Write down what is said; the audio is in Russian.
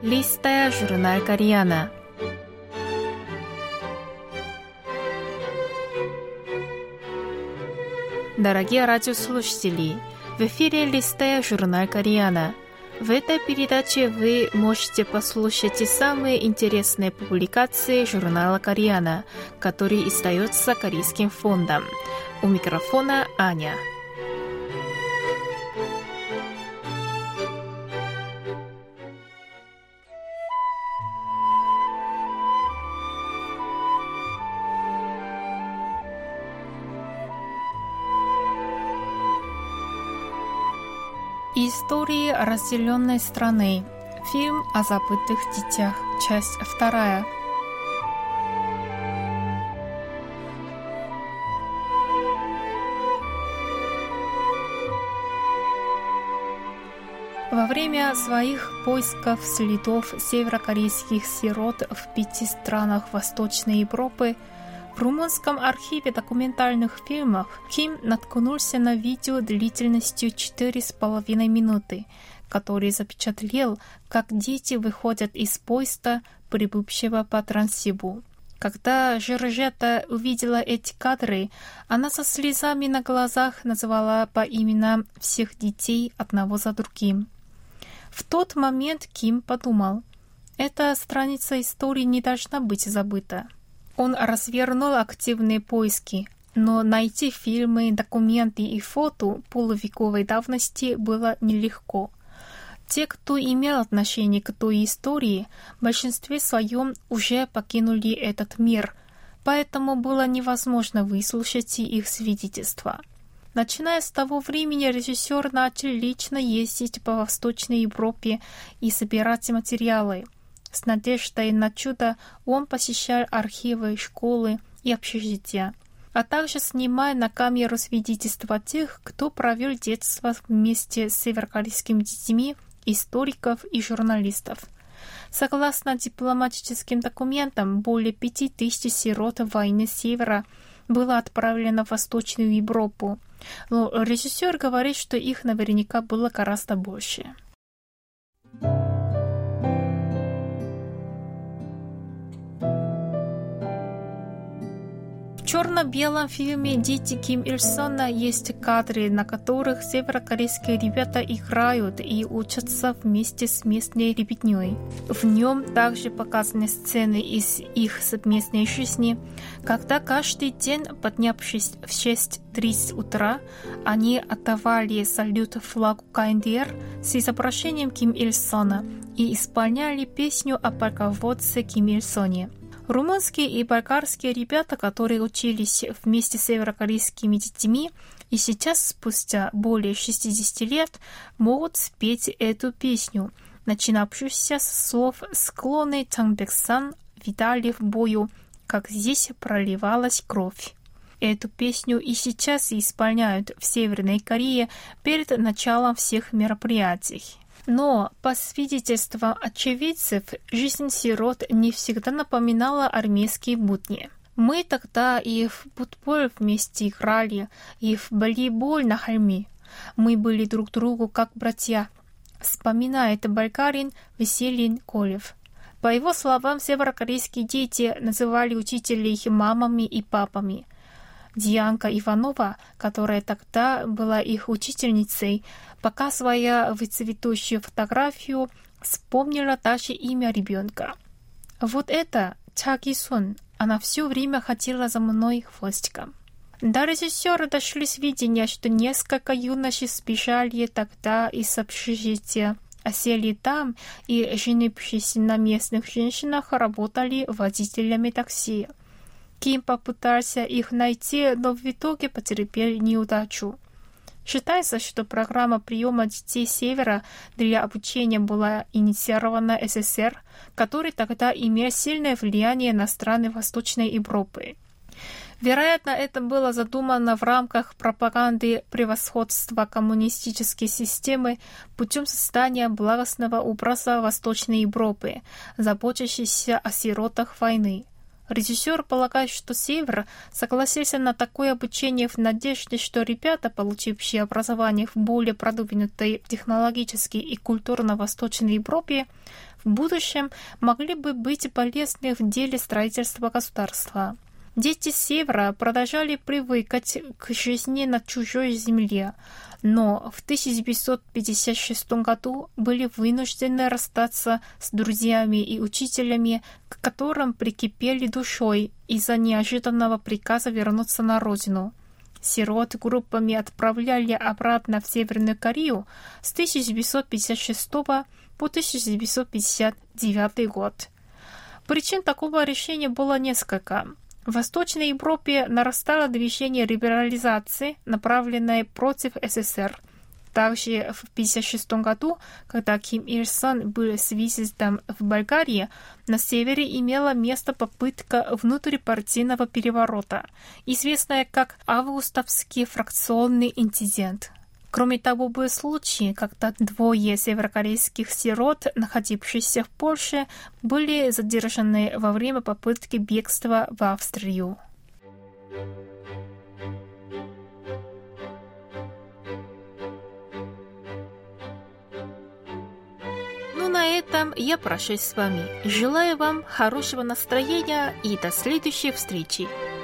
Листая журнал Кореяна. Дорогие радиослушатели, в эфире «Листая журнал Кореяна». В этой передаче вы можете послушать самые интересные публикации журнала Кореяна, который издается Корейским фондом. У микрофона Аня. Истории разделенной страны. Фильм о забытых детях. Часть 2. Во время своих поисков следов северокорейских сирот в 5 странах Восточной Европы в румынском архиве документальных фильмов Ким наткнулся на видео длительностью 4,5 минуты, который запечатлел, как дети выходят из поезда, прибывшего по Транссибу. Когда Жоржетта увидела эти кадры, она со слезами на глазах называла по именам всех детей одного за другим. В тот момент Ким подумал, эта страница истории не должна быть забыта. Он развернул активные поиски, но найти фильмы, документы и фото полувековой давности было нелегко. Те, кто имел отношение к той истории, в большинстве своем уже покинули этот мир, поэтому было невозможно выслушать их свидетельства. Начиная с того времени, режиссер начал лично ездить по Восточной Европе и собирать материалы. С надеждой на чудо он посещал архивы, школы и общежития, а также снимая на камеру свидетельства тех, кто провел детство вместе с северокорейскими детьми, историков и журналистов. Согласно дипломатическим документам, более 5000 сирот войны Севера было отправлено в Восточную Европу, но режиссер говорит, что их наверняка было гораздо больше. В черно-белом фильме «Дети Ким Ил Сона» есть кадры, на которых северокорейские ребята играют и учатся вместе с местной ребятней. В нем также показаны сцены из их совместной жизни, когда каждый день, поднявшись в 6:30 утра, они отдавали салют флагу КНДР с изображением Ким Ил Сона и исполняли песню о полководце Ким Ил Соне. Румынские и болгарские ребята, которые учились вместе с северокорейскими детьми и сейчас, спустя более 60 лет, могут спеть эту песню, начинавшуюся с слов «Склоны Чангбексан видали в бою, как здесь проливалась кровь». Эту песню и сейчас исполняют в Северной Корее перед началом всех мероприятий. Но, по свидетельствам очевидцев, жизнь сирот не всегда напоминала армейские будни. Мы тогда и в футбол вместе играли, и в волейбол на холме. Мы были друг другу как братья, вспоминает болгарин Веселин Колев. По его словам, северокорейские дети называли учителей мамами и папами. Дианка Иванова, которая тогда была их учительницей, показывая выцветающую фотографию, вспомнила даже имя ребенка. Вот это Чагисон, она все время ходила за мной хвостиком. До режиссера дошли сведения, что несколько юношей сбежали тогда из общежития, осели там и, женившись на местных женщинах, работали водителями такси. Ким попытался их найти, но в итоге потерпел неудачу. Считается, что программа приема детей Севера для обучения была инициирована СССР, который тогда имел сильное влияние на страны Восточной Европы. Вероятно, это было задумано в рамках пропаганды превосходства коммунистической системы путем создания благостного образа Восточной Европы, заботящейся о сиротах войны. Режиссер полагает, что Север согласился на такое обучение в надежде, что ребята, получившие образование в более продвинутой технологически и культурно-восточной Европе, в будущем могли бы быть полезны в деле строительства государства. Дети Севера продолжали привыкать к жизни на чужой земле, но в 1956 году были вынуждены расстаться с друзьями и учителями, к которым прикипели душой из-за неожиданного приказа вернуться на родину. Сирот группами отправляли обратно в Северную Корею с 1956 по 1959 год. Причин такого решения было несколько. В Восточной Европе нарастало движение либерализации, направленное против СССР. Также в 1956 году, когда Ким Ир Сен был связистом в Болгарии, на севере имела место попытка внутрипартийного переворота, известная как августовский фракционный инцидент. Кроме того, был случай, когда двое северокорейских сирот, находившихся в Польше, были задержаны во время попытки бегства в Австрию. На этом я прощаюсь с вами. Желаю вам хорошего настроения и до следующей встречи.